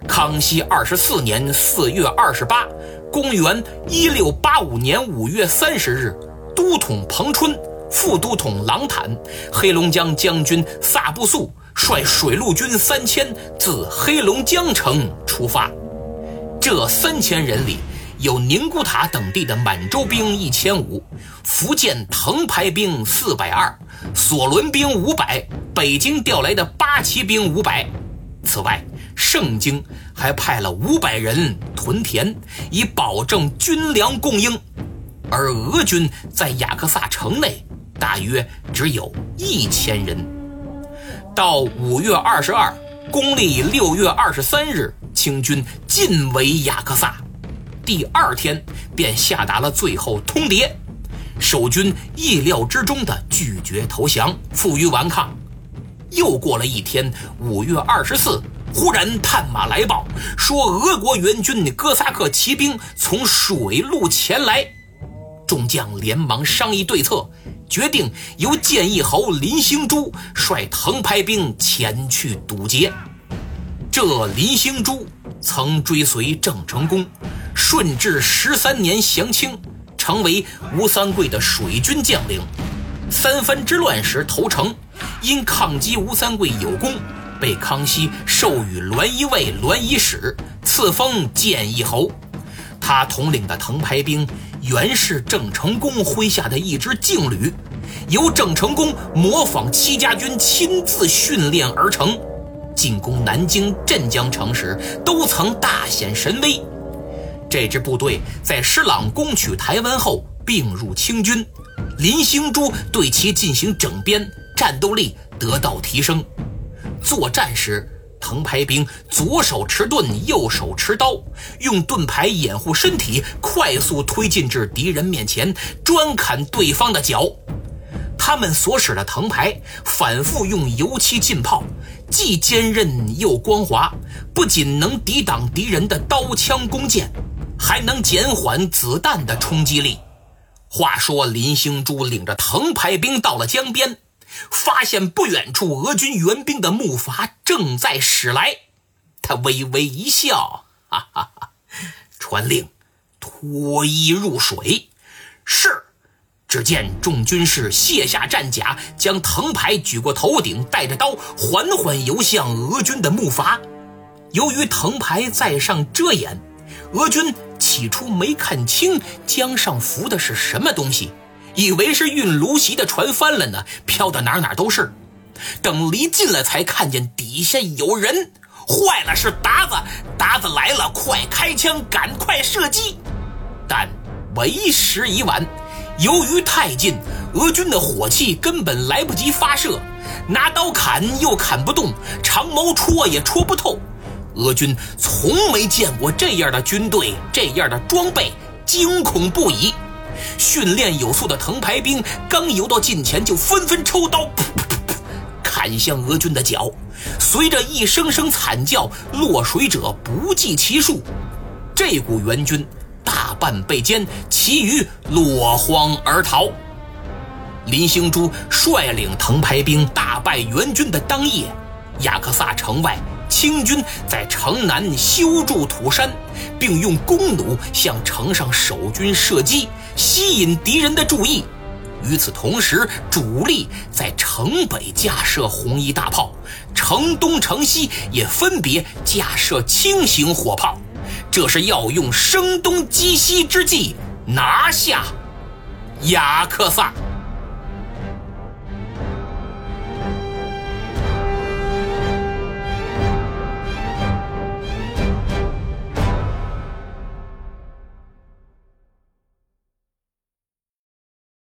康熙24年4月28，公元1685年5月30日，都统彭春、副都统郎坦、黑龙江将军萨布素率水陆军3000自黑龙江城出发。这3000人里有宁古塔等地的满洲兵1500，福建藤牌兵420，索伦兵500，北京调来的八旗兵500。此外，盛京还派了500人屯田，以保证军粮供应。而俄军在雅克萨城内大约只有1000人。到5月22，公历6月23日，清军进围雅克萨。第2天便下达了最后通牒，守军意料之中的拒绝投降，负隅顽抗。又过了1天，5月24，忽然探马来报说俄国援军哥萨克骑兵从水路前来。众将连忙商议对策，决定由建义侯林兴珠率藤牌兵前去堵截。这林兴珠曾追随郑成功，顺治13年降清，成为吴三桂的水军将领。三藩之乱时投诚，因抗击吴三桂有功，被康熙授予栾仪尉、栾仪使，赐封建义侯。他统领的藤牌兵原是郑成功麾下的一支劲旅，由郑成功模仿戚家军亲自训练而成，进攻南京、镇江城时都曾大显神威。这支部队在施琅攻取台湾后并入清军，林兴珠对其进行整编，战斗力得到提升。作战时，藤牌兵左手持盾，右手持刀，用盾牌掩护身体，快速推进至敌人面前，专砍对方的脚。他们所使的藤牌反复用油漆浸泡，既坚韧又光滑，不仅能抵挡敌人的刀枪弓箭，还能减缓子弹的冲击力。话说林兴珠领着藤牌兵到了江边，发现不远处俄军援兵的木筏正在驶来，他微微一笑，哈哈哈，传令脱衣入水。是。只见众军士卸下战甲，将藤牌举过头顶，带着刀缓缓游向俄军的木筏。由于藤牌在上遮掩，俄军起初没看清江上浮的是什么东西，以为是运芦席的船翻了呢，飘到哪都是。等离近了才看见底下有人，坏了，是鞑子！鞑子来了，快开枪，赶快射击！但为时已晚，由于太近，俄军的火器根本来不及发射，拿刀砍又砍不动，长矛戳也戳不透。俄军从没见过这样的军队，这样的装备，惊恐不已。训练有素的藤牌兵刚游到近前，就纷纷抽刀，噗噗噗噗，砍向俄军的脚。随着一声声惨叫，落水者不计其数。这股援军大半被歼，其余落荒而逃。林兴珠率领藤牌兵大败援军的当夜，雅克萨城外，清军在城南修筑土山，并用弓弩向城上守军射击，吸引敌人的注意。与此同时，主力在城北架设红衣大炮，城东城西也分别架设轻型火炮，这是要用声东击西之计拿下雅克萨。